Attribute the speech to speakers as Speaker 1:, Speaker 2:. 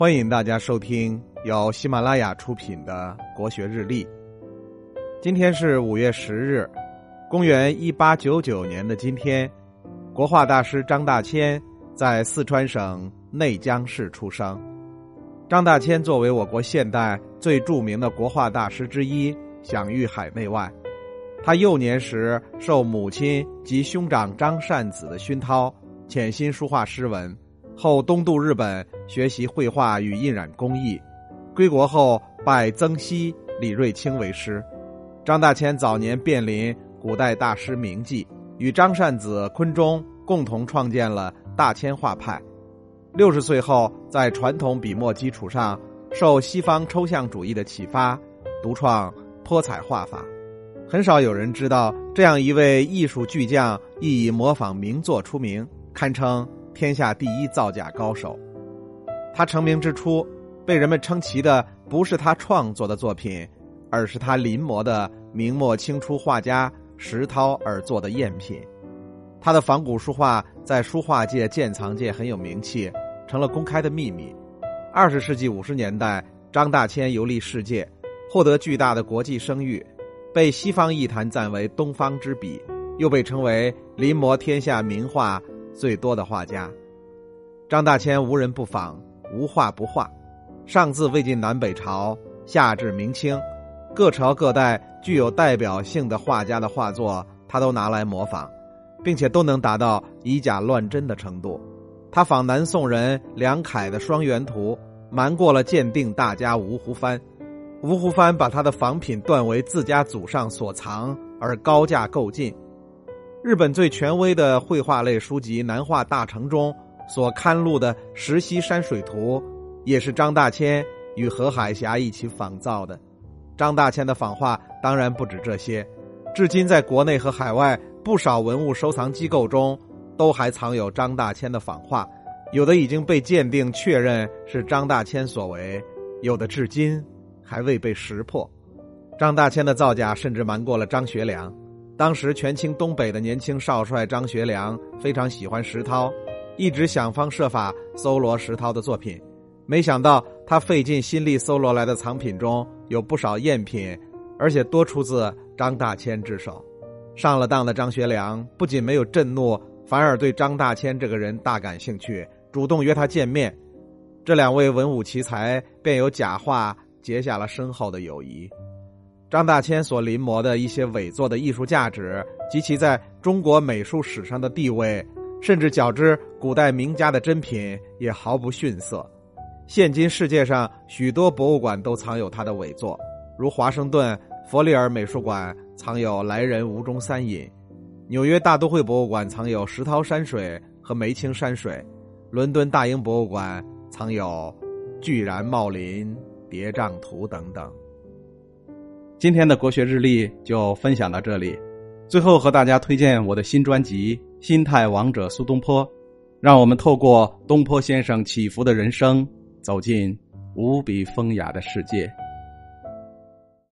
Speaker 1: 欢迎大家收听由喜马拉雅出品的国学日历。今天是5月10日，公元1899年的今天，国画大师张大千在四川省内江市出生。张大千作为我国现代最著名的国画大师之一，享誉海内外。他幼年时受母亲及兄长张善子的熏陶，潜心书画诗文，后东渡日本学习绘画与印染工艺，归国后拜曾皙、李瑞卿为师。张大千早年遍临古代大师名迹，与张善子、昆中共同创建了大千画派。60岁后，在传统笔墨基础上，受西方抽象主义的启发，独创泼彩画法。很少有人知道，这样一位艺术巨匠亦以模仿名作出名，堪称天下第一造假高手。他成名之初，被人们称奇的不是他创作的作品，而是他临摹的明末清初画家石涛而做的赝品。他的仿古书画在书画界、鉴藏界很有名气，成了公开的秘密。20世纪50年代，张大千游历世界，获得巨大的国际声誉，被西方艺坛赞为东方之笔，又被称为临摹天下名画最多的画家。张大千无人不仿，无画不画，上自魏晋南北朝，下至明清，各朝各代具有代表性的画家的画作，他都拿来模仿，并且都能达到以假乱真的程度。他仿南宋人梁楷的双元图，瞒过了鉴定大家吴湖帆。吴湖帆把他的仿品断为自家祖上所藏，而高价购进。日本最权威的绘画类书籍《南画大成》中所刊录的石溪山水图，也是张大千与何海霞一起仿造的。张大千的仿画当然不止这些，至今在国内和海外不少文物收藏机构中都还藏有张大千的仿画，有的已经被鉴定确认是张大千所为，有的至今还未被识破。张大千的造假甚至瞒过了张学良。当时权倾东北的年轻少帅张学良非常喜欢石涛，一直想方设法搜罗石涛的作品。没想到他费尽心力搜罗来的藏品中有不少赝品，而且多出自张大千之手。上了当的张学良不仅没有震怒，反而对张大千这个人大感兴趣，主动约他见面。这两位文武奇才便有假画结下了深厚的友谊。张大千所临摹的一些伪作的艺术价值及其在中国美术史上的地位，甚至较之古代名家的珍品也毫不逊色。现今世界上许多博物馆都藏有他的伪作，如华盛顿佛利尔美术馆藏有来人吴中三隐，纽约大都会博物馆藏有石涛山水和梅青山水，伦敦大英博物馆藏有巨然茂林叠嶂图等等。今天的国学日历就分享到这里，最后和大家推荐我的新专辑《心态王者苏东坡》，让我们透过东坡先生起伏的人生，走进无比风雅的世界。